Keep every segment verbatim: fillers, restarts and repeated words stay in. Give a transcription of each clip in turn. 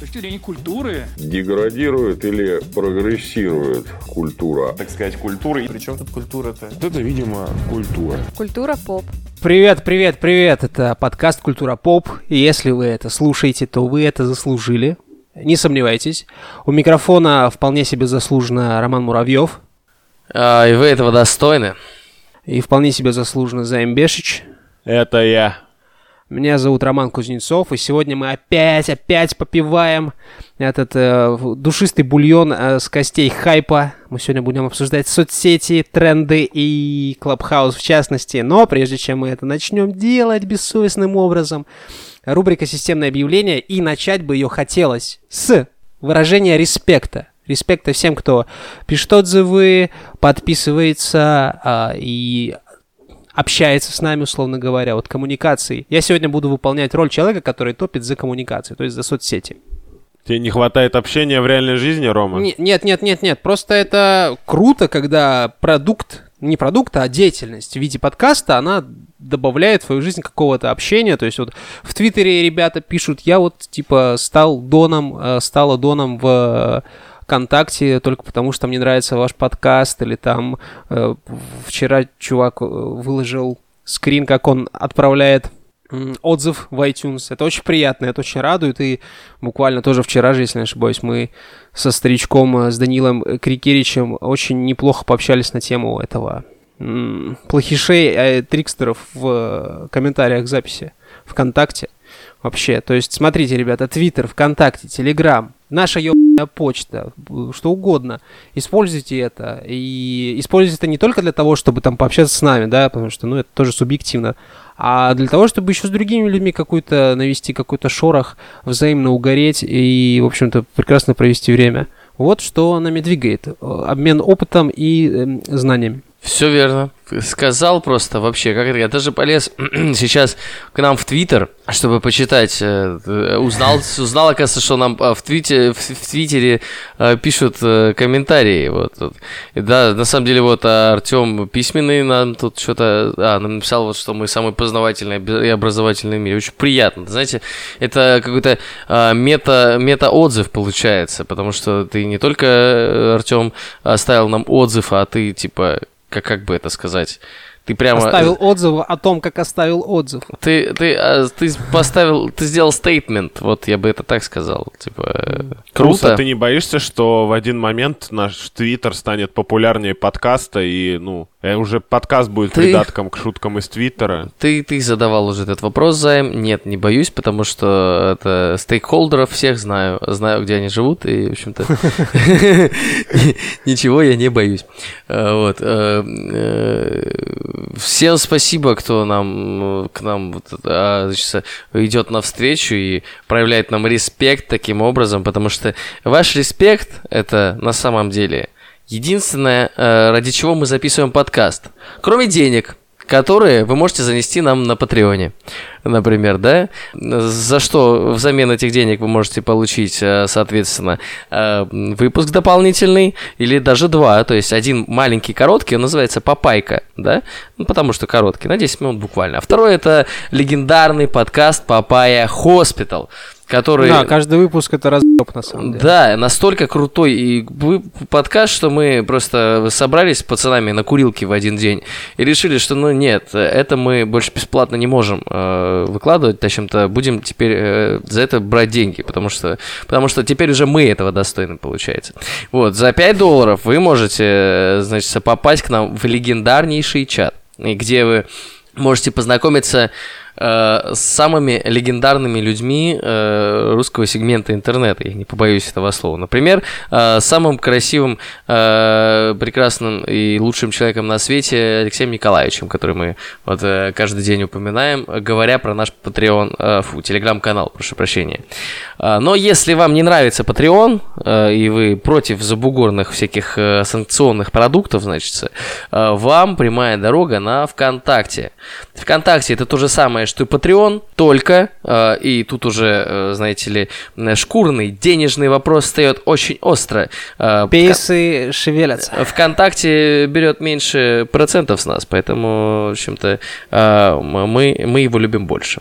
точки зрения культуры. Деградирует или прогрессирует культура? Так сказать, культура. Причем тут культура-то? Это, видимо, культура. Культура поп. Привет, привет, привет. Это подкаст «Культура поп». И если вы это слушаете, то вы это заслужили. Не сомневайтесь. У микрофона вполне себе заслуженно Роман Муравьев. А, и вы этого достойны. И вполне себе заслуженно Заим Бешич. Это я. Меня зовут Роман Кузнецов, и сегодня мы опять, опять попиваем этот э, душистый бульон э, с костей хайпа. Мы сегодня будем обсуждать соцсети, тренды и Clubhouse в частности. Но прежде чем мы это начнем делать бессовестным образом, рубрика «Системное объявление», и начать бы ее хотелось с выражения респекта. Респекта всем, кто пишет отзывы, подписывается э, и... общается с нами, условно говоря, вот коммуникации. Я сегодня буду выполнять роль человека, который топит за коммуникации, то есть за соцсети. Тебе не хватает общения в реальной жизни, Рома? Не, нет, нет, нет, нет. Просто это круто, когда продукт, не продукт, а деятельность в виде подкаста, она добавляет в свою жизнь какого-то общения. То есть вот в Твиттере ребята пишут, я вот типа стал доном, стала доном в... ВКонтакте только потому, что мне нравится ваш подкаст, или там э, вчера чувак выложил скрин, как он отправляет э, отзыв в iTunes. Это очень приятно, это очень радует, и буквально тоже вчера же, если не ошибаюсь, мы со старичком, с Данилом Крикеричем очень неплохо пообщались на тему этого э, плохишей, э, трикстеров в комментариях к записи ВКонтакте. Вообще, то есть, смотрите, ребята, Твиттер, ВКонтакте, Телеграм, наша ебаная почта, что угодно. Используйте это. И используйте это не только для того, чтобы там пообщаться с нами, да, потому что, ну, это тоже субъективно, а для того, чтобы еще с другими людьми какой-то навести какой-то шорох, взаимно угореть и, в общем-то, прекрасно провести время. Вот что нами двигает. Обмен опытом и э, знаниями. Все верно. Сказал просто вообще, как это, я даже полез сейчас к нам в Твиттер, чтобы почитать, узнал, узнал, оказывается, что нам в, твите, в, в Твиттере пишут комментарии, вот, вот. И да, на самом деле, вот, Артем Письменный нам тут что-то, а, нам написал, вот, что мы самый познавательный и образовательный в мире, очень приятно, знаете, это какой-то а, мета, мета-отзыв получается, потому что ты не только, Артем, оставил нам отзыв, а ты, типа, Как, как бы это сказать? Ты прямо... Оставил отзыв о том, как оставил отзыв. Ты, ты, ты поставил, ты сделал стейтмент, вот я бы это так сказал. Типа, круто. А ты не боишься, что в один момент наш Твиттер станет популярнее подкаста, и, ну, уже подкаст будет ты... придатком к шуткам из Твиттера? Ты, ты задавал уже этот вопрос, Займ. Нет, не боюсь, потому что это стейкхолдеров всех знаю, знаю, где они живут, и, в общем-то, ничего я не боюсь. Вот. Всем спасибо, кто нам, к нам значит, идет навстречу и проявляет нам респект таким образом, потому что ваш респект — это на самом деле единственное, ради чего мы записываем подкаст. Кроме денег, которые вы можете занести нам на Патреоне, например, да? За что взамен этих денег вы можете получить, соответственно, выпуск дополнительный или даже два. То есть один маленький, короткий, он называется «Папайка», да? Ну, потому что короткий, на десять минут буквально. А второй — это легендарный подкаст «Папайя Хоспитал», который... Да, каждый выпуск — это разъеб, на самом деле. Да, настолько крутой и подкаст, что мы просто собрались с пацанами на курилке в один день и решили, что, ну, нет, это мы больше бесплатно не можем э, выкладывать, в общем-то, будем теперь э, за это брать деньги, потому что, потому что теперь уже мы этого достойны, получается. Вот, за пять долларов вы можете, значит, попасть к нам в легендарнейший чат, где вы можете познакомиться с самыми легендарными людьми э, русского сегмента интернета, я не побоюсь этого слова. Например, э, самым красивым, э, прекрасным и лучшим человеком на свете Алексеем Николаевичем, который мы вот, э, каждый день упоминаем, говоря про наш Patreon, э, фу, телеграм-канал, прошу прощения. Э, но если вам не нравится Patreon, э, и вы против забугорных всяких э, санкционных продуктов, значит, э, вам прямая дорога на ВКонтакте. ВКонтакте — это то же самое, понимаешь, что Patreon только, э, и тут уже, э, знаете ли, шкурный, денежный вопрос встает очень остро. Э, Пейсы вкон... шевелятся. ВКонтакте берет меньше процентов с нас, поэтому, в общем-то, э, мы, мы его любим больше.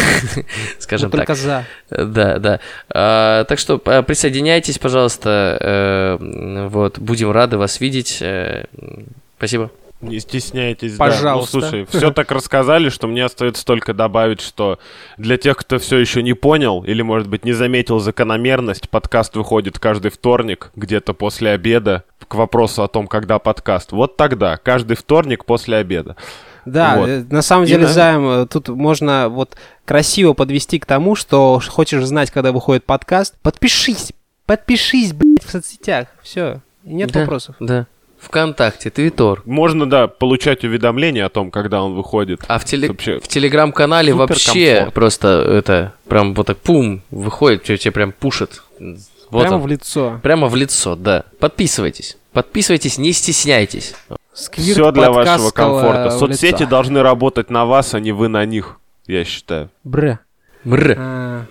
Скажем так. Только за. Да, да. А, так что присоединяйтесь, пожалуйста. Э, вот, будем рады вас видеть. Э, спасибо. Не стесняйтесь, пожалуйста. Да. Ну, слушай, все так рассказали, что мне остается только добавить, что для тех, кто все еще не понял или, может быть, не заметил закономерность, подкаст выходит каждый вторник, где-то после обеда, к вопросу о том, когда подкаст. Вот тогда, каждый вторник после обеда. Да, вот. На самом деле, И, Займ, тут можно вот красиво подвести к тому, что хочешь знать, когда выходит подкаст, подпишись, подпишись, блядь, в соцсетях, все, нет да, вопросов. Да. ВКонтакте, Твиттер. Можно, да, получать уведомления о том, когда он выходит. А в, теле... в Телеграм-канале вообще комфорт. Просто это прям вот так пум, выходит, тебе прям пушит. Вот прямо он. в лицо. Прямо в лицо, да. Подписывайтесь. Подписывайтесь, не стесняйтесь. Сквирт все для вашего комфорта. в Соцсети лицо. должны работать на вас, а не вы на них, я считаю. Бре. Бре. А,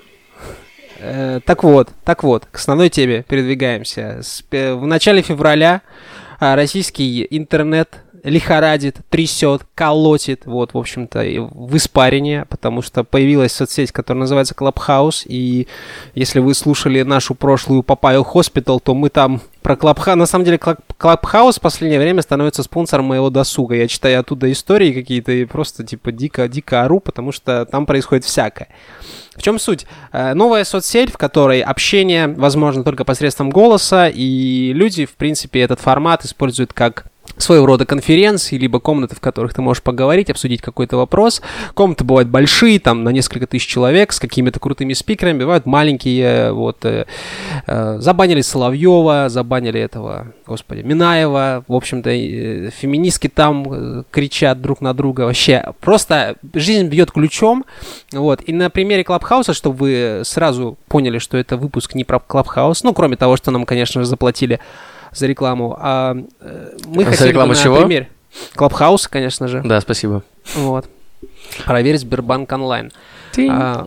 э, так вот, так вот, к основной теме передвигаемся. С, э, в начале февраля а, российский интернет лихорадит, трясет, колотит, вот, в общем-то, в испарине, потому что появилась соцсеть, которая называется Clubhouse, и если вы слушали нашу прошлую Papaya Hospital, то мы там про Clubhouse, на самом деле Clubhouse в последнее время становится спонсором моего досуга, я читаю оттуда истории какие-то и просто, типа, дико-дико ору, потому что там происходит всякое. В чем суть? Новая соцсеть, в которой общение возможно только посредством голоса, и люди, в принципе, этот формат используют как своего рода конференции, либо комнаты, в которых ты можешь поговорить, обсудить какой-то вопрос. Комнаты бывают большие, там, на несколько тысяч человек, с какими-то крутыми спикерами, бывают маленькие, вот, э, э, забанили Соловьева, забанили этого, господи, Минаева, в общем-то, э, феминистки там э, кричат друг на друга, вообще, просто жизнь бьет ключом, вот, и на примере Клабхауса, чтобы вы сразу поняли, что это выпуск не про Клабхаус, ну, кроме того, что нам, конечно же, заплатили за рекламу. А, мы за хотели рекламу бы на чего? примере Клабхаус, конечно же. Да, спасибо. Вот. Проверь Сбербанк онлайн. А,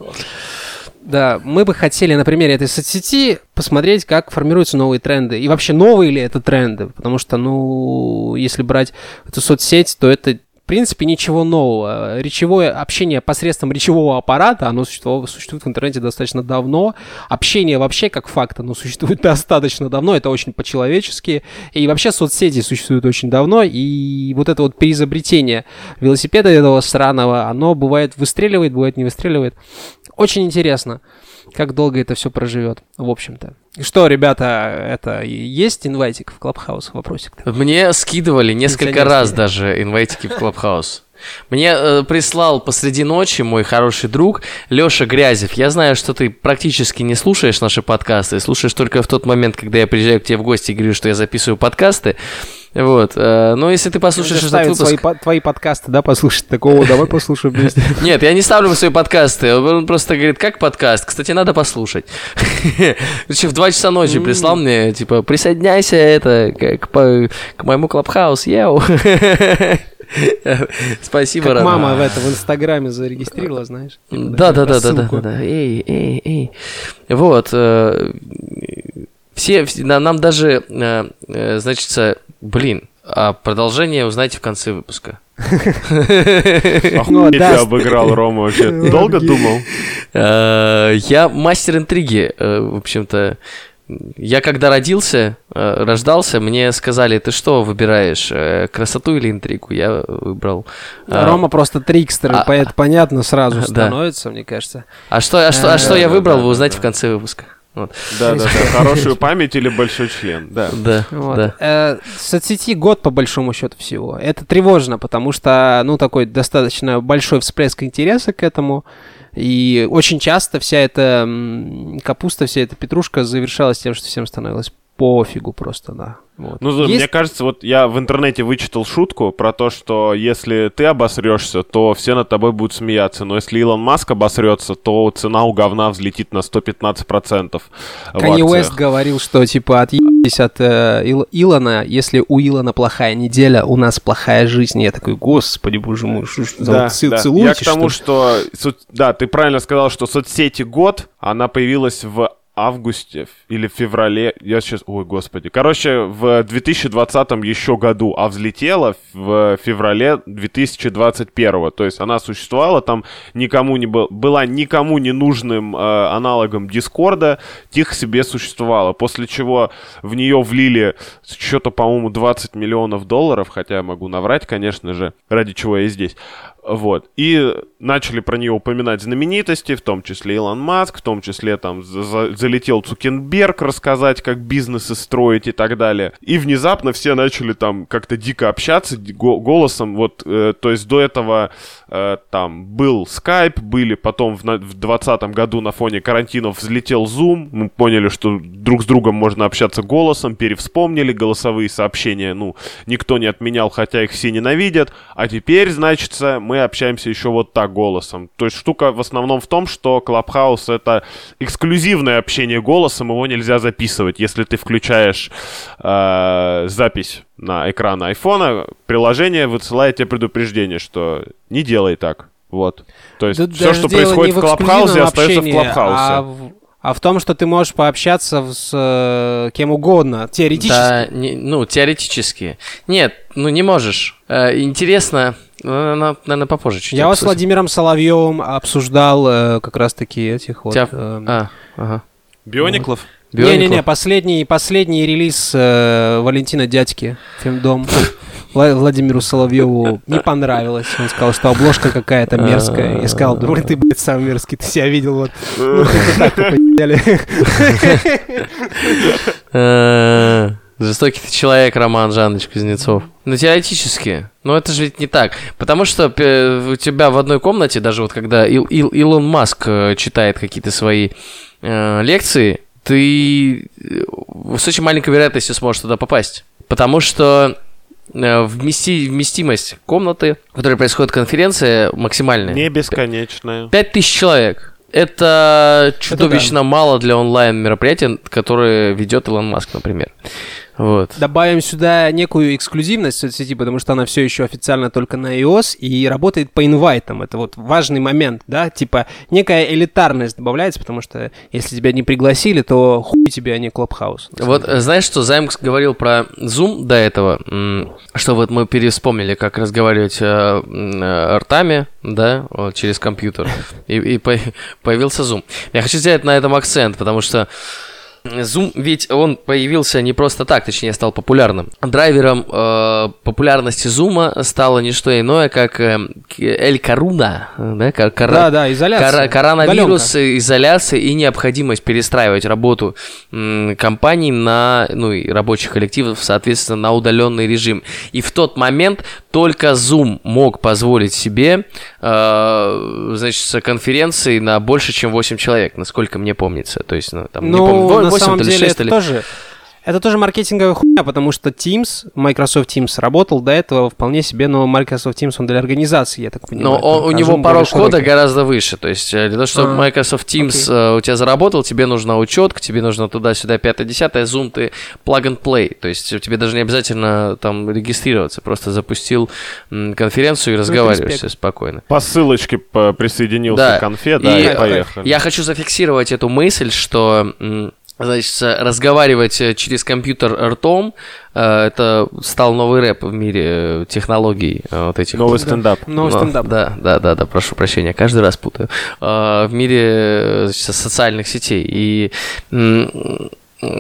да, мы бы хотели на примере этой соцсети посмотреть, как формируются новые тренды. И вообще, новые ли это тренды? Потому что, ну, если брать эту соцсеть, то это в принципе, ничего нового. Речевое общение посредством речевого аппарата, оно существует, существует в интернете достаточно давно. Общение вообще как факт, оно существует достаточно давно, это очень по-человечески. И вообще соцсети существуют очень давно, и вот это вот переизобретение велосипеда этого сраного, оно бывает выстреливает, бывает не выстреливает. Очень интересно, как долго это все проживет, в общем-то. Что, ребята, это есть инвайтик в Clubhouse? Вопросик. Мне скидывали несколько раз даже инвайтики в Clubhouse. Мне э, прислал посреди ночи мой хороший друг Лёша Грязев. Я знаю, что ты практически не слушаешь наши подкасты, слушаешь только в тот момент, когда я приезжаю к тебе в гости и говорю, что я записываю подкасты. Вот. Э, но если ты послушаешь этот выпуск... Свои, по- твои подкасты, да, послушать? Такого, давай послушаем вместе. Нет, я не ставлю свои подкасты. Он просто говорит, как подкаст? Кстати, надо послушать. В два часа ночи прислал мне, типа, присоединяйся это к, к, к моему Clubhouse, еу. Спасибо, Как мама в это в Инстаграме зарегистрировала, знаешь? Да, да, да, да, да, да. Эй, эй, эй. Вот. Все, нам даже, значит, блин, а продолжение узнаете в конце выпуска. Охуеть, ты обыграл, Рома, вообще. Долго думал? Я мастер интриги, в общем-то. Я когда родился, рождался, мне сказали, ты что выбираешь, красоту или интригу? Я выбрал... Рома просто трикстер, а, это понятно сразу да. становится, мне кажется. А что, а что, а что я выбрал, вы узнаете в конце выпуска. Вот. Да, да, да. Хорошую память или большой член. Да. Да, вот. да. Э, соцсети год по большому счету всего. Это тревожно, потому что, ну, такой достаточно большой всплеск интереса к этому. И очень часто вся эта капуста, вся эта петрушка завершалась тем, что всем становилось пофигу просто, да. Вот. Ну, Есть... мне кажется, вот я в интернете вычитал шутку про то, что если ты обосрешься, то все над тобой будут смеяться, но если Илон Маск обосрется, то цена у говна взлетит на сто пятнадцать процентов. Канье Уэст говорил, что типа отъебись от э, Ил- Илона, если у Илона плохая неделя, у нас плохая жизнь. Я такой, господи, боже мой, что ж за Да, вот цы- да. целуете, Я к тому, что, что... Да, ты правильно сказал, что соцсети год, она появилась в августе или в феврале, я сейчас, ой, господи. Короче, в две тысячи двадцатом еще году, а взлетела в феврале две тысячи двадцать первого. То есть она существовала, там никому не был, была никому не нужным э, аналогом Дискорда, тихо себе существовала. После чего в нее влили что-то, по-моему, двадцать миллионов долларов, хотя я могу наврать, конечно же, ради чего я здесь. Вот. И начали про нее упоминать знаменитости, в том числе Илон Маск, в том числе там за- залетел Цукерберг рассказать, как бизнесы строить и так далее. И внезапно все начали там как-то дико общаться го- голосом. Вот, э, то есть до этого э, там был Skype, были потом в, на- в двадцатом году на фоне карантинов взлетел Zoom. Мы поняли, что друг с другом можно общаться голосом, перевспомнили голосовые сообщения. Ну, никто не отменял, хотя их все ненавидят. А теперь, значится, мы общаемся еще вот так голосом. То есть штука в основном в том, что Clubhouse — это эксклюзивное общение голосом, его нельзя записывать. Если ты включаешь э, запись на экран айфона, приложение высылает тебе предупреждение, что не делай так. Вот. То есть Да все, даже что дело происходит не в Clubhouse, остается в общении, Clubhouse. А в, а в том, что ты можешь пообщаться с э, кем угодно, теоретически. Да, не- ну, теоретически. Нет, ну не можешь. Э, интересно, ну, наверное, попозже чуть-чуть. Я вот с обсудим. Владимиром Соловьевым обсуждал э, как раз-таки этих вот... Тебя- эм, А, ага. Биониклов? Не-не-не, Биониклов. последний, последний релиз э, Валентина Дядьки, Фемдом, Вла- Владимиру Соловьеву не понравилось. Он сказал, что обложка какая-то мерзкая. Я сказал, думаю, ты, блядь, сам мерзкий, ты себя видел, вот. Ну, ты так попадали. Э, Жестокий ты человек, Роман Жанович Кузнецов. Ну, теоретически. Но это же ведь не так. Потому что э, у тебя в одной комнате, даже вот когда Ил- Ил- Илон Маск э, читает какие-то свои э, лекции, ты э, с очень маленькой вероятностью сможешь туда попасть. Потому что э, вмести- вместимость комнаты, в которой происходит конференция, максимальная. Не бесконечная. Пять тысяч человек. Это чудовищно мало для онлайн-мероприятия, которое ведет Илон Маск, например. Вот. Добавим сюда некую эксклюзивность соцсети, потому что она все еще официально только на iOS и работает по инвайтам. Это вот важный момент, да, типа некая элитарность добавляется, потому что если тебя не пригласили, то хуй тебе, а не Clubhouse. Вот знаешь, что Займс говорил про Zoom до этого, м, что вот мы перевспомнили, как разговаривать э, м, э, ртами, да, вот, через компьютер, и, и по- появился Zoom. Я хочу сделать на этом акцент, потому что Zoom, ведь он появился не просто так, точнее, стал популярным. Драйвером э, популярности Zoom стало не что иное, как э, Эль Коруна, да, кор- кора- Да, да, изоляция. кора- коронавирус, Удаленка. изоляция и необходимость перестраивать работу м, компаний на, ну, и рабочих коллективов, соответственно, на удаленный режим. И в тот момент только Zoom мог позволить себе, э, значит, конференции на больше, чем восемь человек, насколько мне помнится. То есть, ну, там, не Ну, помню, на восемь самом то ли деле шесть, это то ли... тоже... Это тоже маркетинговая хуйня, потому что Teams, Microsoft Teams работал до этого вполне себе, но Microsoft Teams, он для организации, я так понимаю. Но он- у а него Zoom порог более кода широкий. гораздо выше. То есть э, для того, чтобы А, Microsoft Teams э, у тебя заработал, тебе нужна учетка, тебе нужно туда-сюда пятое-десятое, Zoom ты plug and play. То есть тебе даже не обязательно там регистрироваться, просто запустил м, конференцию и разговариваешь респект. себе спокойно. По ссылочке по- присоединился Да. к конфе, да, и, И, э, поехали. Я хочу зафиксировать эту мысль, что, м, значит, разговаривать э, через компьютер ртом, э, это стал новый рэп в мире э, технологий э, вот этих. Новый вот. стендап. Новый Ну, стендап. Да, да, да, да, прошу прощения, каждый раз путаю. Э, В мире э, со- социальных сетей. И м,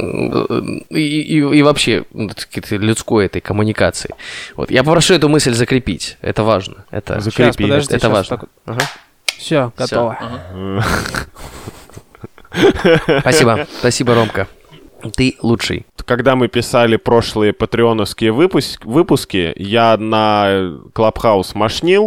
и, и, и вообще ну, какой-то людской этой коммуникации. Вот. Я попрошу эту мысль закрепить. Это важно. Это, Закрепи. Сейчас, подожди, это сейчас важно. так- Ага. Все, готово. Спасибо. Спасибо, Ромка. Ты лучший. Когда мы писали прошлые патреоновские выпуск- выпуски, я на Clubhouse мошнил,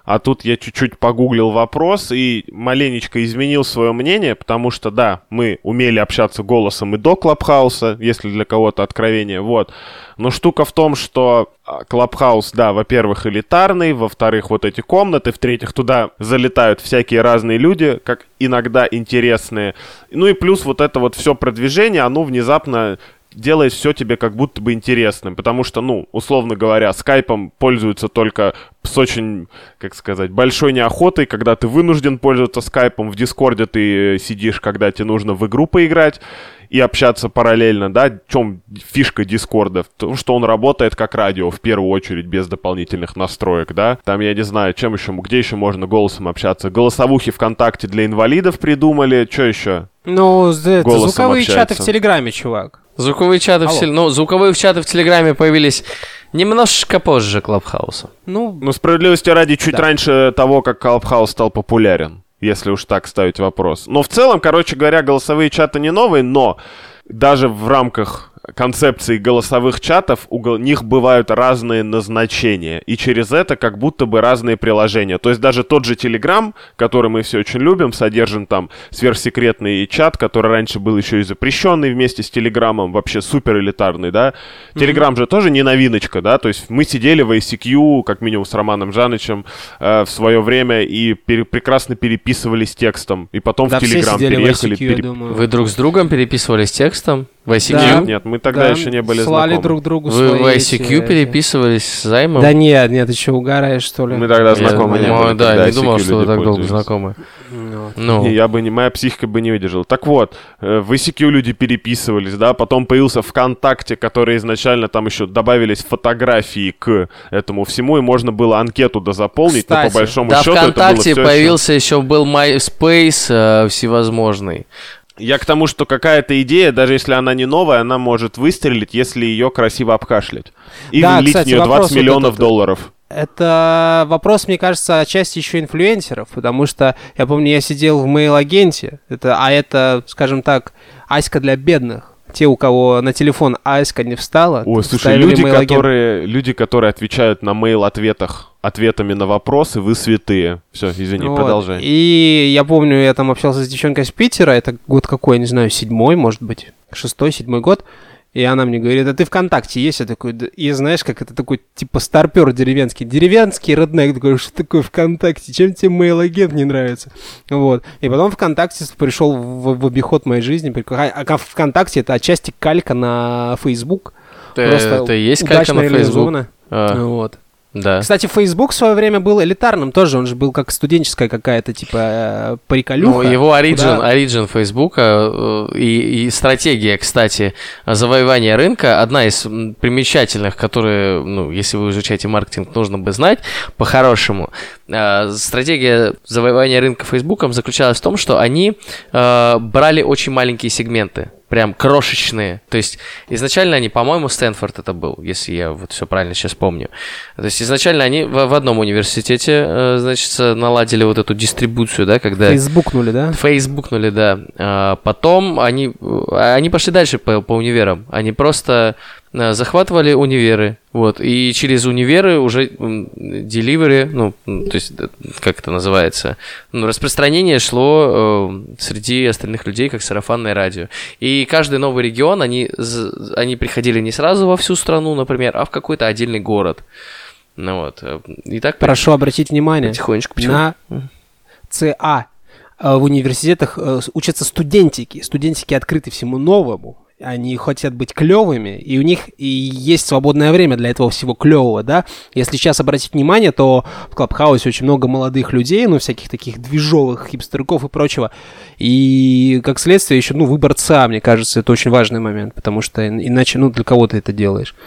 А тут я чуть-чуть погуглил вопрос и маленечко изменил свое мнение, потому что, да, мы умели общаться голосом и до Клабхауса, если для кого-то откровение, вот. Но штука в том, что Клабхаус, да, во-первых, элитарный, во-вторых, вот эти комнаты, в-третьих, туда залетают всякие разные люди, как иногда интересные. Ну и плюс вот это вот все продвижение, оно внезапно делает все тебе как будто бы интересным, потому что, ну, условно говоря, скайпом пользуются только с очень, как сказать, большой неохотой, когда ты вынужден пользоваться скайпом, в Дискорде ты сидишь, когда тебе нужно в игру поиграть и общаться параллельно, да, в чем фишка Дискорда, в том, что он работает как радио, в первую очередь, без дополнительных настроек, да, там, я не знаю, чем еще, где еще можно голосом общаться, голосовухи ВКонтакте для инвалидов придумали, что еще? Ну, это Голосом звуковые общается. чаты в Телеграме, чувак. Звуковые чаты, в, Алло. теле- ну, звуковые чаты в Телеграме появились немножечко позже Клабхауса. Ну, Ну, справедливости ради, чуть Да. раньше того, как Клабхаус стал популярен, если уж так ставить вопрос. Но в целом, короче говоря, голосовые чаты не новые, но даже в рамках концепции голосовых чатов у гол- них бывают разные назначения, и через это как будто бы разные приложения. То есть даже тот же Telegram, который мы все очень любим, содержит там сверхсекретный чат, который раньше был еще и запрещенный вместе с Телеграмом, вообще супер элитарный, да. Telegram mm-hmm. же тоже не новиночка, да, то есть мы сидели в ай си кью, как минимум с Романом Жанычем, э, в свое время и пере- прекрасно переписывались текстом, и потом да, в Telegram все переехали. в ай си кью, пере- я думаю. Вы друг с другом переписывались текстом в ай си кью? Да. Нет, нет, мы тогда Да, еще не были слали знакомы. друг другу Вы свои в ай си кью эти- переписывались с займом? Да нет, нет, ты что, угораешь, что ли? Мы тогда Я знакомы не думаю, были. да, когда не ай си кью думал, что вы люди так долго пользуются. знакомы. Ну. Ну, Не, я бы не, моя психика бы не выдержала. Так вот, э, в ай си кью люди переписывались, да, потом появился ВКонтакте, который изначально там еще добавились фотографии к этому всему, и можно было анкету дозаполнить, но Кстати, по большому да, счету это было ВКонтакте всё появился еще был MySpace э, всевозможный. еще- Я к тому, что какая-то идея, даже если она не новая, она может выстрелить, если ее красиво обкашлять. И Да, влить кстати, в нее вопрос двадцать вот миллионов этот. долларов. Это вопрос, мне кажется, отчасти еще инфлюенсеров, потому что, я помню, я сидел в мейл-агенте, это, а это, скажем так, аська для бедных. Те, у кого на телефон аська не встала, Ой, слушай, ставили люди мейл-агент. которые, люди, которые отвечают на мейл-ответах ответами на вопросы, вы святые. Все, извини, Вот. продолжай. И я помню, я там общался с девчонкой из Питера, это год какой, я не знаю, седьмой, может быть, шестой, седьмой год. И она мне говорит, а ты ВКонтакте есть? Я такой, «Да». И знаешь, как это такой, типа, старпер деревенский. Деревенский реднек такой, что такое ВКонтакте? Чем тебе мейл-агент не нравится? Вот. И потом ВКонтакте пришел в, в обиход моей жизни. А ВКонтакте это отчасти калька на Facebook. Это, это и есть калька удачно на Facebook? реализована. А, Вот. да. Кстати, Facebook в свое время был элитарным тоже, он же был как студенческая какая-то, типа, э, приколюха. Ну, его origin, куда- origin Фейсбука э, и, и стратегия, кстати, завоевания рынка, одна из м, примечательных, которые, ну, если вы изучаете маркетинг, нужно бы знать по-хорошему. Э, стратегия завоевания рынка Фейсбуком заключалась в том, что они э, брали очень маленькие сегменты. Прям крошечные. То есть изначально они, по-моему, Стэнфорд это был, если я вот все правильно сейчас помню. То есть изначально они в, в одном университете, э, значит, наладили вот эту дистрибуцию, да, когда... Фейсбукнули, да? Фейсбукнули, да. А потом они, они пошли дальше по, по универам. Они просто э, захватывали универы, вот, и через универы уже деливери, ну, то есть, как это называется, ну, распространение шло э, среди остальных людей, как сарафанное радио. И каждый новый регион, они, они приходили не сразу во всю страну, например, а в какой-то отдельный город. Ну вот. И так Прошу обратить внимание потихонечку. на ЦА. В университетах э, учатся студентики. Студентики открыты всему новому. Они хотят быть клевыми, и у них и есть свободное время для этого всего клевого, да. Если сейчас обратить внимание, то в Клабхаусе очень много молодых людей, ну, всяких таких движовых хипстерков и прочего. И, как следствие, еще, ну, выбор ЦА, мне кажется, это очень важный момент, потому что иначе, ну, для кого ты это делаешь.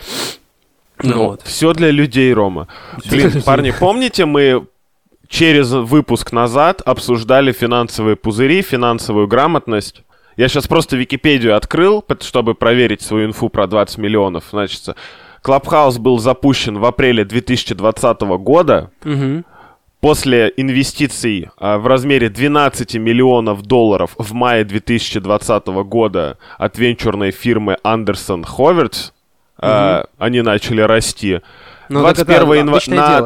Ну, вот. Все для людей, Рома. Блин, парни, помните, мы через выпуск назад обсуждали финансовые пузыри, финансовую грамотность? Я сейчас просто Википедию открыл, чтобы проверить свою инфу про двадцать миллионов. Значит, Clubhouse был запущен в апреле две тысячи двадцатого года. Угу. После инвестиций а, в размере двенадцать миллионов долларов в мае две тысячи двадцатого года от венчурной фирмы Андерсон Ховерц, угу. а, они начали расти. Ну, двадцать первого января... На...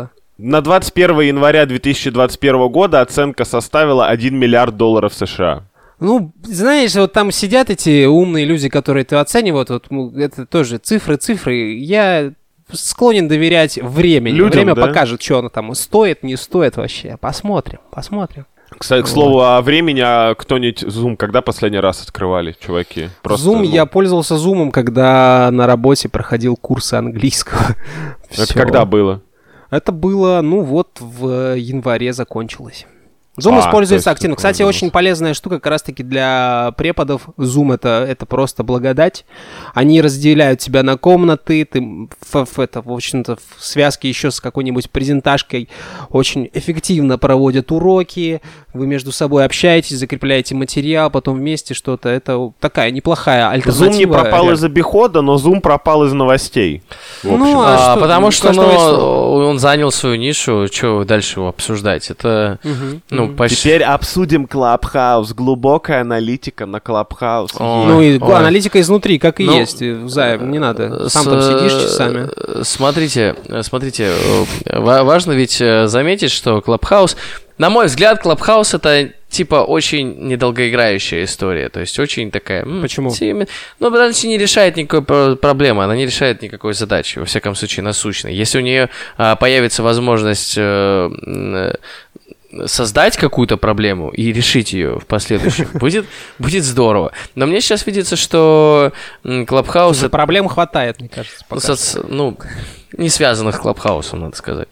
На двадцать первое января две тысячи двадцать первого года оценка составила один миллиард долларов США. Ну, знаешь, вот там сидят эти умные люди, которые это оценивают, вот ну, это тоже цифры, цифры. Я склонен доверять времени. Людям, Время да? покажет, что оно там стоит, не стоит вообще. Посмотрим, посмотрим. Кстати, к слову о времени, а кто-нибудь Zoom когда последний раз открывали, чуваки? Просто, Zoom, ну, я пользовался Zoom, когда на работе проходил курсы английского. Это Всё. когда было? Это было, ну вот, в январе закончилось. Zoom А, используется то есть активно. такое Кстати, было. очень полезная штука как раз-таки для преподов. Zoom это, это просто благодать. Они разделяют тебя на комнаты. Ты в, в, это, в общем-то, в связке еще с какой-нибудь презентажкой очень эффективно проводят уроки. Вы между собой общаетесь, закрепляете материал, потом вместе что-то. Это такая неплохая альтернатива. Zoom не пропал реально. из обихода, но Zoom пропал из новостей. В общем. Ну, а А, что? потому Ну, что каждого есть слово. ну, он занял свою нишу, что дальше его обсуждать? Это, Мгм. ну, почти... Теперь обсудим Clubhouse. Глубокая аналитика на Clubhouse. Ой, Ну и ой. аналитика изнутри, как и Ну, есть. Займ, не надо. С- Сам там сидишь часами. э, Смотрите, э, смотрите, э, ва- важно ведь э, заметить, что Clubhouse, на мой взгляд, Clubhouse это типа очень недолгоиграющая история, то есть очень такая... м, Почему? семь- Ну, потому что не решает никакой про- проблемы, она не решает никакой задачи, во всяком случае, насущной. Если у нее а, появится возможность... э, м, создать какую-то проблему и решить ее в последующем, будет, будет здорово. Но мне сейчас видится, что м, Clubhouse... Слушай, проблем хватает, мне кажется, Ну, пока. соц- ну, не связанных с Клабхаусом, надо сказать.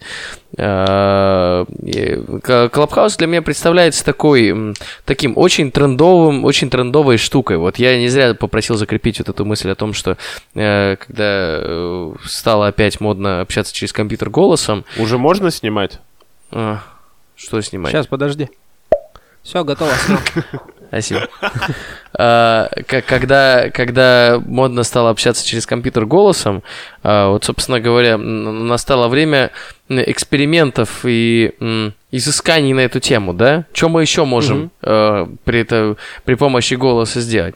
А, и К- Клабхаус для меня представляется такой, м, таким очень трендовым, очень трендовой штукой. Вот я не зря попросил закрепить вот эту мысль о том, что э, когда э, стало опять модно общаться через компьютер голосом, Уже можно снимать? э, что снимать? Сейчас, подожди. Все, готово. снял. Спасибо. А, к- Когда, когда модно стало общаться через компьютер голосом, а, вот, собственно говоря, н- настало время экспериментов и м, изысканий на эту тему, да? Что мы еще можем э, при, это, при помощи голоса сделать?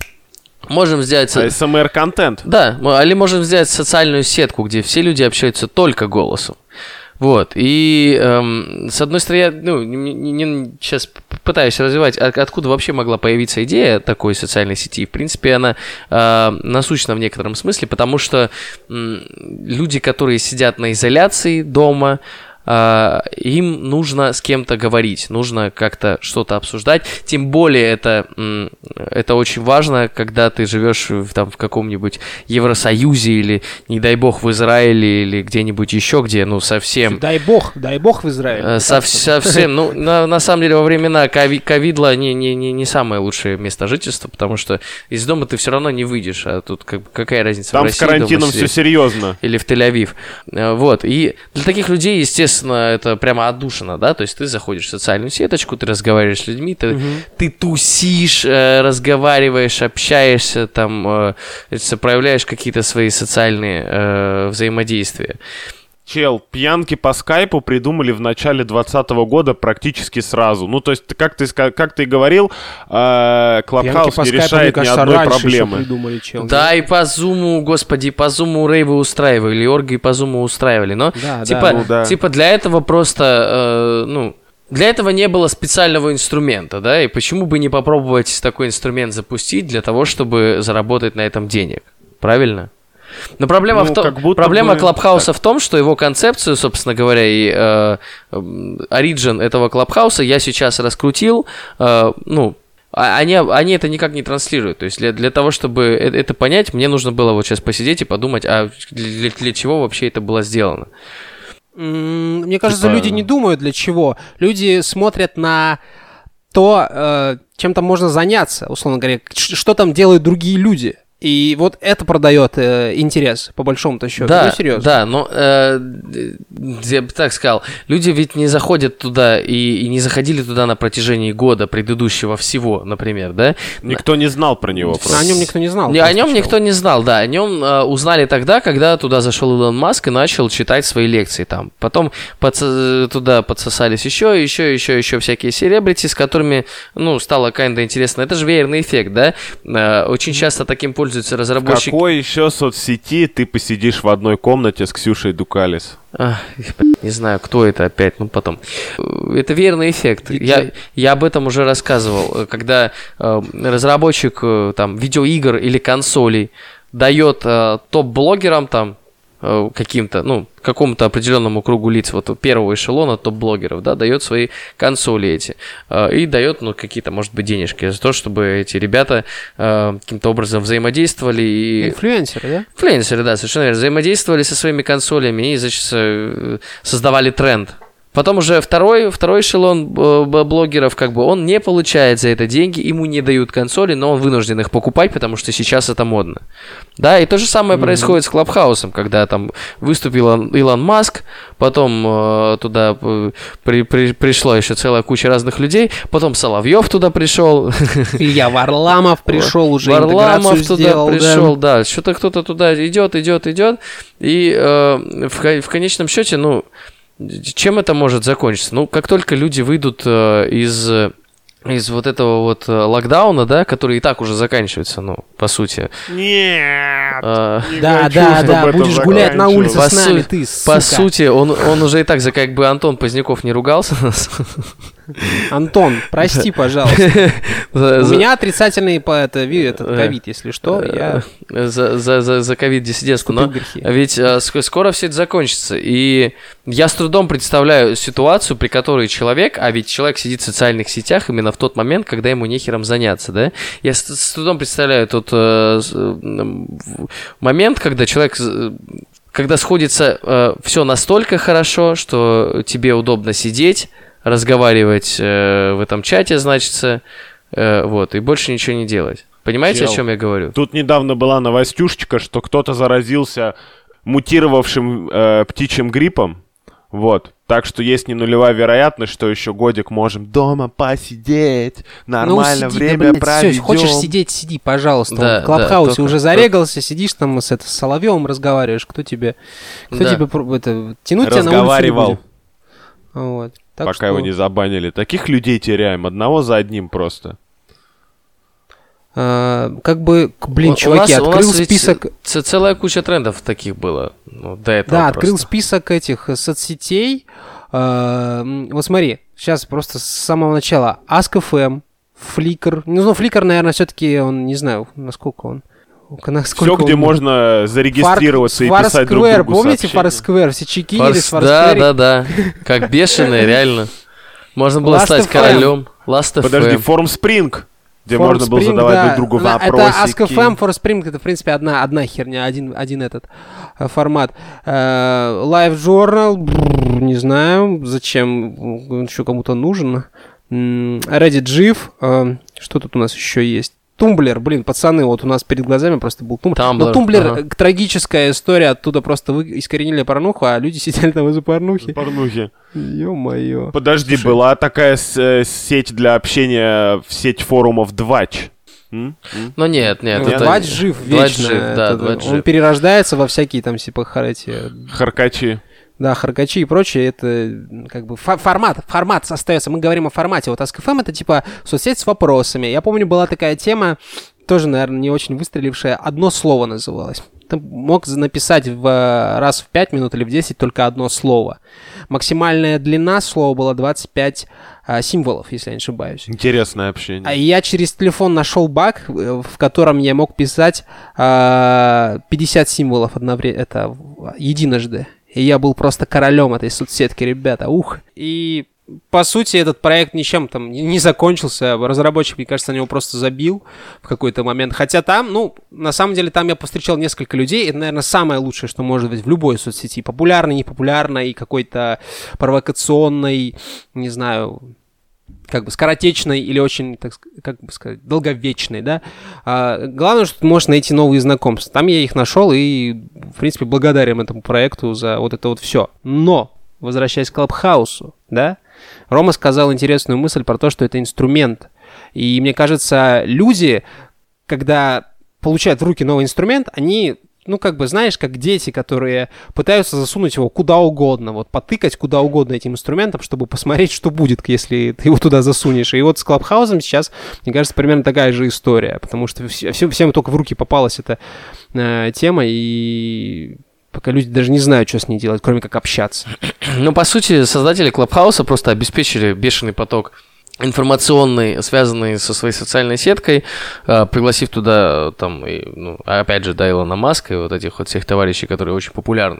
Можем сделать... со- эс эм эр-контент. Да, м- или можем сделать социальную сетку, где все люди общаются только голосом. Вот, и эм, с одной стороны, я ну, не, не- не- сейчас пытаюсь развивать, от- откуда вообще могла появиться идея такой социальной сети. В принципе, она э, насущна в некотором смысле, потому что м, люди, которые сидят на изоляции дома, э, им нужно с кем-то говорить, нужно как-то что-то обсуждать. Тем более это, м, это очень важно, когда ты живешь в, там, в каком-нибудь Евросоюзе или, не дай бог, в Израиле или где-нибудь еще, где, ну, совсем... Дай бог, дай бог в Израиле. Э, сов- совсем, ну, на, на самом деле, во времена кови- ковидла не, не, не, не самое лучшее место жительства, потому что из дома ты все равно не выйдешь, а тут как, какая разница, Там в с России дома карантином все сидеть серьезно. или в Тель-Авив. Э, Вот, и для таких людей, естественно, это прямо отдушина, да, то есть ты заходишь в социальную сеточку, ты разговариваешь с людьми, ты, ты тусишь, э, разговариваешь, общаешься, там, э, это, проявляешь какие-то свои социальные э, взаимодействия. Чел, пьянки по скайпу придумали в начале двадцатого года практически сразу. Ну, то есть, как ты, ска- как ты говорил, э, Clubhouse не решает ни одной проблемы. Придумали, чел. Да, и по зуму, господи, и по зуму рейвы устраивали, и орги по зуму устраивали, но Да, да, типа, ну да. типа для этого просто, э, ну, для этого не было специального инструмента, да, и почему бы не попробовать такой инструмент запустить для того, чтобы заработать на этом денег, правильно? Но проблема, Ну, в том, как будто проблема бы Клабхауса в том, что его концепцию, собственно говоря, и э, м, оригин этого Клабхауса я сейчас раскрутил, э, ну, а- они, они это никак не транслируют. То есть для, для того, чтобы э- это понять, мне нужно было вот сейчас посидеть и подумать, а для, для чего вообще это было сделано. М, Мне кажется, Типа- люди не думают для чего. Люди смотрят на то, э, чем там можно заняться, условно говоря, ш- что там делают другие люди. И вот это продает э, интерес, по большому-то счету. Да, Ну, серьезно. да, но э, я бы так сказал, люди ведь не заходят туда и, и не заходили туда на протяжении года предыдущего всего, например, да? Никто не знал про него просто. О нем никто не знал. Не, о просто, нем чел. никто не знал, да. О нем э, узнали тогда, когда туда зашел Илон Маск и начал читать свои лекции там. Потом подсо- туда подсосались еще, еще, еще, еще всякие селебрити, с которыми, ну, стало kinda интересно. Это же веерный эффект, да? Э, очень часто таким пользуются пользуются разработчики... В какой еще соцсети ты посидишь в одной комнате с Ксюшей Дукалис? Ах, не знаю, кто это опять, ну потом. Это верный эффект. Я, я об этом уже рассказывал. Когда э, разработчик э, там, видеоигр или консолей дает э, топ-блогерам там, э, каким-то, ну, какому-то определенному кругу лиц, вот первого эшелона топ-блогеров, да, дает свои консоли эти. Э, и дает, ну, какие-то, может быть, денежки за то, чтобы эти ребята э, каким-то образом взаимодействовали. И... Инфлюенсеры, да? Инфлюенсеры, да, совершенно верно. Взаимодействовали со своими консолями и, значит, создавали тренд. Потом уже второй, второй эшелон блогеров, как бы, он не получает за это деньги, ему не дают консоли, но он вынужден их покупать, потому что сейчас это модно. Да, и то же самое mm-hmm. происходит с Клабхаусом, когда там выступил Илон Маск, потом э, туда при, при, пришла еще целая куча разных людей, потом Соловьев туда пришел. Илья Варламов пришел уже, Варламов туда сделал, пришел, да. да. Что-то кто-то туда идет, идет, идет, и э, в, в конечном счете, ну, чем это может закончиться? Ну, как только люди выйдут э, из, из вот этого вот локдауна, да, который и так уже заканчивается, ну, по сути. Нет! А, не да, хочу, да, чтобы да, это будешь гулять на улице по с нами, су- ты, сука. По сути, он, он уже и так, за как бы Антон Поздняков не ругался. Антон, прости, пожалуйста. У меня отрицательный по это этот ковид, если что, я за за за за ковид-диссидентство, но ведь а, скоро все это закончится, и я с трудом представляю ситуацию, при которой человек, а ведь человек сидит в социальных сетях именно в тот момент, когда ему нехером заняться, да? Я с, с трудом представляю тот э, момент, когда человек когда сходится э, все настолько хорошо, что тебе удобно сидеть, разговаривать э, в этом чате, значится, э, вот, и больше ничего не делать. Понимаете, Чел. О чем я говорю? Тут недавно была новостюшечка, что кто-то заразился мутировавшим э, птичьим гриппом, вот. Так что есть не нулевая вероятность, что еще годик можем дома посидеть, нормально ну, сиди, время да, блядь, проведем. Всё, хочешь сидеть, сиди, пожалуйста. Да, в Клабхаусе да, уже зарегался, сидишь там с, это, с Соловьевым разговариваешь, кто тебе, кто да. тебе это, тянуть тебя на улицу не Разговаривал. будет. Вот. Так Пока что... его не забанили. Таких людей теряем, одного за одним просто. А, как бы, блин, У- чуваки, у нас, открыл у нас список... ц- целая куча трендов таких было ну, до этого. Да, просто. открыл список этих соцсетей. А, вот смотри, сейчас просто с самого начала. Ask эф эм, Flickr. Ну, Flickr, наверное, все-таки он, не знаю, насколько он... Все, где он... можно зарегистрироваться Far... и писать друг Foursquare, другу помните сообщения? Foursquare? Все чекинились в Foursquare. Foursquare. Да, да, да. Как бешеные, реально. Можно было Last стать эф эм. королем. Last эф эм. Подожди, Formspring, где Formspring, можно было задавать да. друг другу Да, вопросики. Это Ask эф эм, Formspring, это, в принципе, одна, одна херня, один, один этот э, формат. Э, Live Journal, бррр, не знаю, зачем, он еще кому-то нужен. Reddit Gif, э, что тут у нас еще есть? Тумблер, блин, пацаны, вот у нас перед глазами просто был Тумблер. Tumblr, Но Тумблер, ага. трагическая история, оттуда просто вы... искоренили порнуху, а люди сидели там из-за порнухи. Порнухи. Ё-моё. Подожди, Слушай. была такая с- э, сеть для общения, в сеть форумов Двач. М? М? Ну нет, нет. Ну, это... Двач жив Двач вечно. жив, да, Это- Двач он жив. перерождается во всякие там типа хар- эти, Харкачи. да, харкачи и прочее. Это м, как бы фа- формат, формат остается. Мы говорим о формате. Вот Ask эф эм это типа соцсеть с вопросами. Я помню, была такая тема, тоже, наверное, не очень выстрелившая. Одно слово называлось. Ты мог написать в, раз в пять минут или в десять только одно слово. Максимальная длина слова была двадцать пять а, символов, если я не ошибаюсь. Интересное общение. А я через телефон нашел баг, э, в котором я мог писать а, пятьдесят символов одновременно, это единожды. И я был просто королем этой соцсетки, ребята, ух. И по сути этот проект ничем там не не закончился. Разработчик, мне кажется, на него просто забил в какой-то момент. Хотя там, ну, на самом деле, там я повстречал несколько людей. Это, наверное, самое лучшее, что может быть в любой соцсети. Популярной, непопулярной, какой-то провокационной, не знаю, как бы скоротечной или очень, так ск- как бы сказать, долговечной, да. А, главное, что ты можешь найти новые знакомства. Там я их нашел и, в принципе, благодарен этому проекту за вот это вот все. Но, возвращаясь к Клабхаусу, да, Рома сказал интересную мысль про то, что это инструмент. И мне кажется, люди, когда получают в руки новый инструмент, они ну, как бы, знаешь, как дети, которые пытаются засунуть его куда угодно, вот, потыкать куда угодно этим инструментом, чтобы посмотреть, что будет, если ты его туда засунешь. И вот с Клабхаусом сейчас, мне кажется, примерно такая же история, потому что всем, всем только в руки попалась эта э, тема, и... пока люди даже не знают, что с ней делать, кроме как общаться. Ну, по сути, создатели Клабхауса просто обеспечили бешеный поток информационный, связанный со своей социальной сеткой, э, пригласив туда, там, и, ну, опять же, да, Илона Маска и вот этих вот всех товарищей, которые очень популярны.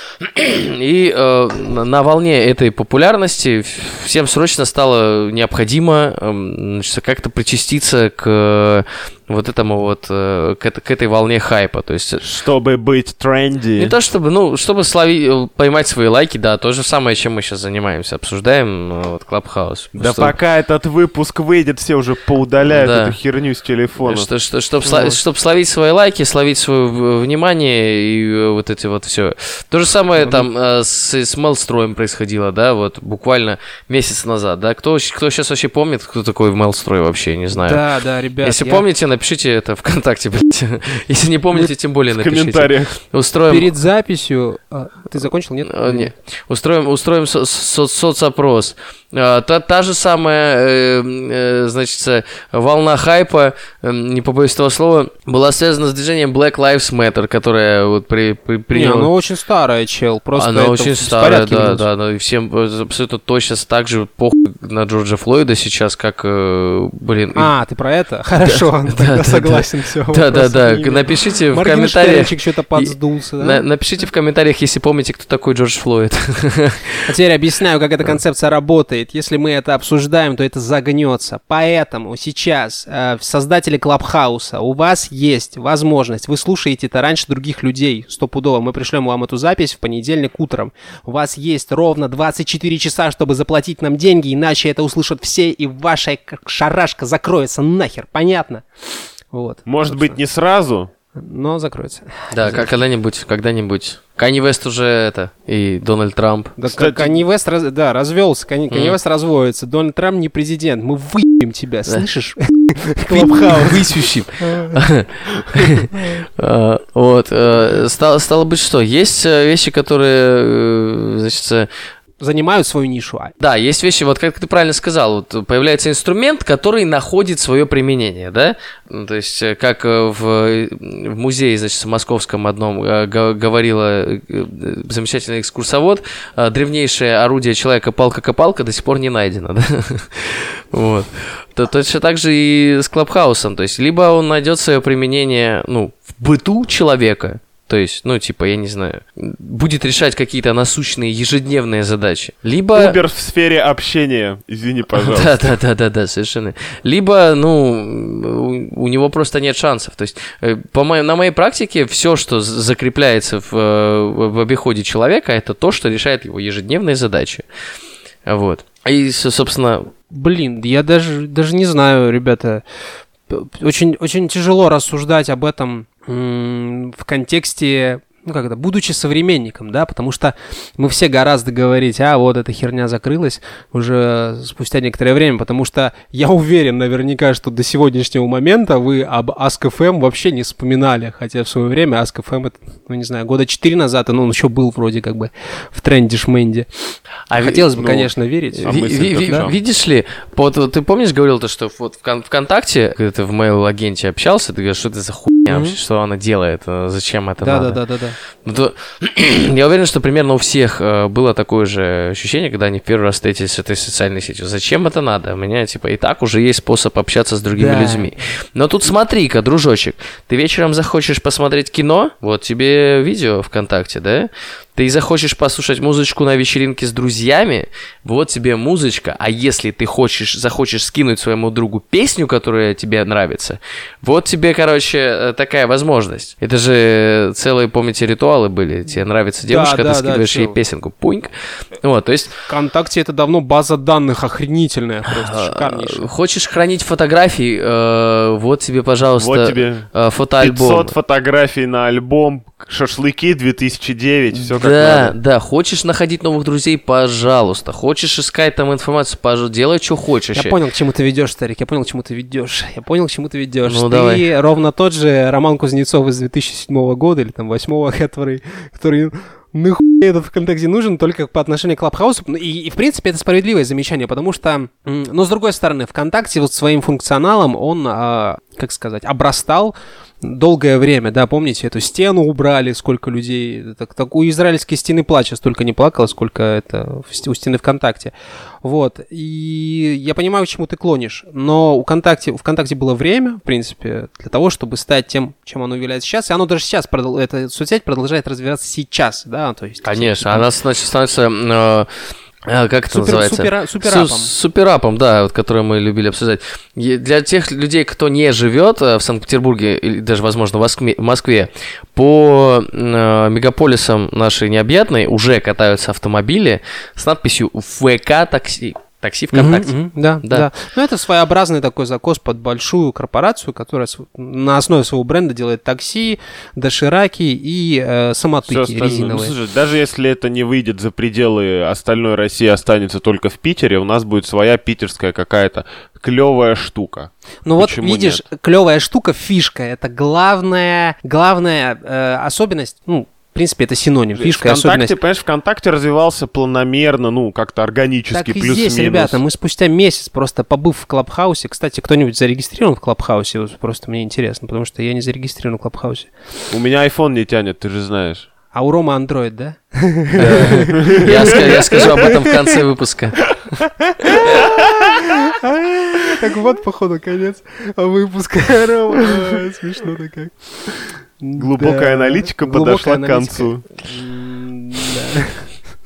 И э, на волне этой популярности всем срочно стало необходимо э, значит, как-то причаститься к вот этому вот, э, к, к этой волне хайпа, то есть... Чтобы быть тренди. Не то чтобы, ну, чтобы слови, поймать свои лайки, да, то же самое, чем мы сейчас занимаемся, обсуждаем вот Клабхаус. Да что... пока этот выпуск выйдет, все уже поудаляют да. эту херню с телефона. Что, что, чтобы ну. чтоб словить свои лайки, словить свое внимание и вот эти вот все. То же самое ну, там э, с, с Мелстроем происходило, да, вот буквально месяц назад, да. Кто, кто сейчас вообще помнит, кто такой Мелстрой вообще, не знаю. Да, да, ребят. Если я... помните, напишите это ВКонтакте, блядь. Если не помните, тем более в напишите. В комментариях. Устроим... Перед записью... А, ты закончил, нет? А, нет. Устроим, устроим со- со- соцопрос. А, та, та же самая, э, э, значит, волна хайпа, э, не побоюсь этого слова, была связана с движением Black Lives Matter, которое вот при, при, приняло... Не, оно очень старое, чел. Просто оно это очень в старое, да, минут. да, да. И всем абсолютно точно так же похуй на Джорджа Флойда сейчас, как, э, блин... А, ты про это? Хорошо, тогда согласен, все. Да-да-да, напишите в комментариях... что-то подсдулся, да? Напишите в комментариях, если помните, кто такой Джордж Флойд. А теперь объясняю, как эта концепция работает. Если мы это обсуждаем, то это загнется. Поэтому сейчас э, создатели Клабхауса, у вас есть возможность, вы слушаете это раньше других людей, стопудово. Мы пришлем вам эту запись в понедельник утром. У вас есть ровно двадцать четыре часа, чтобы заплатить нам деньги, иначе это услышат все, и ваша шарашка закроется нахер. Понятно? Вот. Может вот быть, что. не сразу? Но закроется. Да, как когда-нибудь, когда-нибудь. Канье Вест уже это, и Дональд Трамп. Да, Кстати... Канье Вест, раз, да, развелся, Канье mm. Вест разводится. Дональд Трамп не президент, мы выебем тебя, слышишь? Клабхаус. Высущим. Вот, стало быть, что есть вещи, которые, значит, занимают свою нишу. Да, есть вещи, вот как ты правильно сказал, вот появляется инструмент, который находит свое применение, да, ну, то есть как в, в музее, значит, московском одном говорила замечательный экскурсовод, древнейшее орудие человека палка-копалка до сих пор не найдено, да, вот. То точно так же и с Клабхаусом, то есть либо он найдет свое применение, ну, в быту человека. То есть, ну, типа, я не знаю, будет решать какие-то насущные ежедневные задачи. Либо... Uber в сфере общения, извини, пожалуйста. Да-да-да-да, совершенно. Либо, ну, у него просто нет шансов. То есть, по мо... на моей практике, все, что закрепляется в, в обиходе человека, это то, что решает его ежедневные задачи. Вот. И, собственно... Блин, я даже, даже не знаю, ребята. Очень, очень тяжело рассуждать об этом в контексте, ну как это, будучи современником, да, потому что мы все гораздо говорить, а вот эта херня закрылась уже спустя некоторое время, потому что я уверен наверняка, что до сегодняшнего момента вы об Ask эф эм вообще не вспоминали, хотя в свое время Ask эф эм, это, ну не знаю, года четыре назад, ну он еще был вроде как бы в тренде шменде. А хотелось бы, ну, конечно, верить. А ви- ви- ви- да? Видишь ли, вот, вот ты помнишь, говорил то, что вот в ВКонтакте, когда ты в мейл-агенте общался, ты говоришь, что это за хуйня mm-hmm. вообще, что она делает, зачем это да, надо? Да, да, да, да. Ну, то, я уверен, что примерно у всех э, было такое же ощущение, когда они в первый раз встретились с этой социальной сетью. Зачем это надо? У меня, типа, и так уже есть способ общаться с другими да. людьми. Но тут смотри-ка, дружочек, ты вечером захочешь посмотреть кино, вот тебе видео ВКонтакте, да? Ты захочешь послушать музычку на вечеринке с друзьями, вот тебе музычка, а если ты хочешь, захочешь скинуть своему другу песню, которая тебе нравится, вот тебе, короче, такая возможность. Это же целые, помните, ритуалы были. Тебе нравится девушка, да, ты да, скидываешь да, ей песенку, пуньк. Вот, то есть... ВКонтакте это давно база данных охренительная, просто шикарнейшая. Хочешь хранить фотографии, э, вот тебе, пожалуйста, вот тебе э, фотоальбом. пятьсот фотографий на альбом, шашлыки две тысячи девять, все да, как Да, надо. да, хочешь находить новых друзей, пожалуйста. Хочешь искать там информацию, пожалуйста, делай, что хочешь. Я понял, к чему ты ведешь, старик, я понял, к чему ты ведешь. Я понял, к чему ты ведешь. Ну, ты давай. ровно тот же Роман Кузнецов из две тысячи седьмого года, или там восьмого, который, который нахуй этот ВКонтакте нужен только по отношению к Клабхаусу. И, и, в принципе, это справедливое замечание, потому что, но с другой стороны, ВКонтакте вот своим функционалом он, а, как сказать, обрастал долгое время, да, помните, эту стену убрали, сколько людей, так, так у израильской стены плача столько не плакало, сколько это у стены ВКонтакте, вот, и я понимаю, к чему ты клонишь, но у ВКонтакте, у ВКонтакте было время, в принципе, для того, чтобы стать тем, чем оно является сейчас, и оно даже сейчас, эта соцсеть продолжает развиваться сейчас, да, то есть... Конечно, она, значит, становится... Э- Как это Супер, называется? супера, суперапом. Су- суперапом, да, вот, который мы любили обсуждать. И для тех людей, кто не живет в Санкт-Петербурге или даже, возможно, в Москве, в Москве по э, мегаполисам нашей необъятной уже катаются автомобили с надписью ВК такси. Такси ВКонтакте. Mm-hmm, mm-hmm, да, да, да. Ну, это своеобразный такой закос под большую корпорацию, которая на основе своего бренда делает такси, дошираки и э, самотыки резиновые. Ну, слушай, даже если это не выйдет за пределы остальной России, останется только в Питере, у нас будет своя питерская какая-то клевая штука. Ну вот, Почему видишь, нет? клевая штука, фишка, это главная, главная э, особенность, ну, в принципе, это синоним, фишка и ВКонтакте, особенность. понимаешь, ВКонтакте развивался планомерно, ну, как-то органически, Так и плюс-минус. здесь, ребята, мы спустя месяц, просто побыв в Клабхаусе, кстати, кто-нибудь зарегистрирован в Клабхаусе? Вот просто мне интересно, потому что я не зарегистрирован в Клабхаусе. У меня iPhone не тянет, ты же знаешь. А у Ромы Android, да? Я скажу об этом в конце выпуска. Так вот, походу, конец выпуска. Рома, смешно-то как. Глубокая аналитика подошла к концу. Да.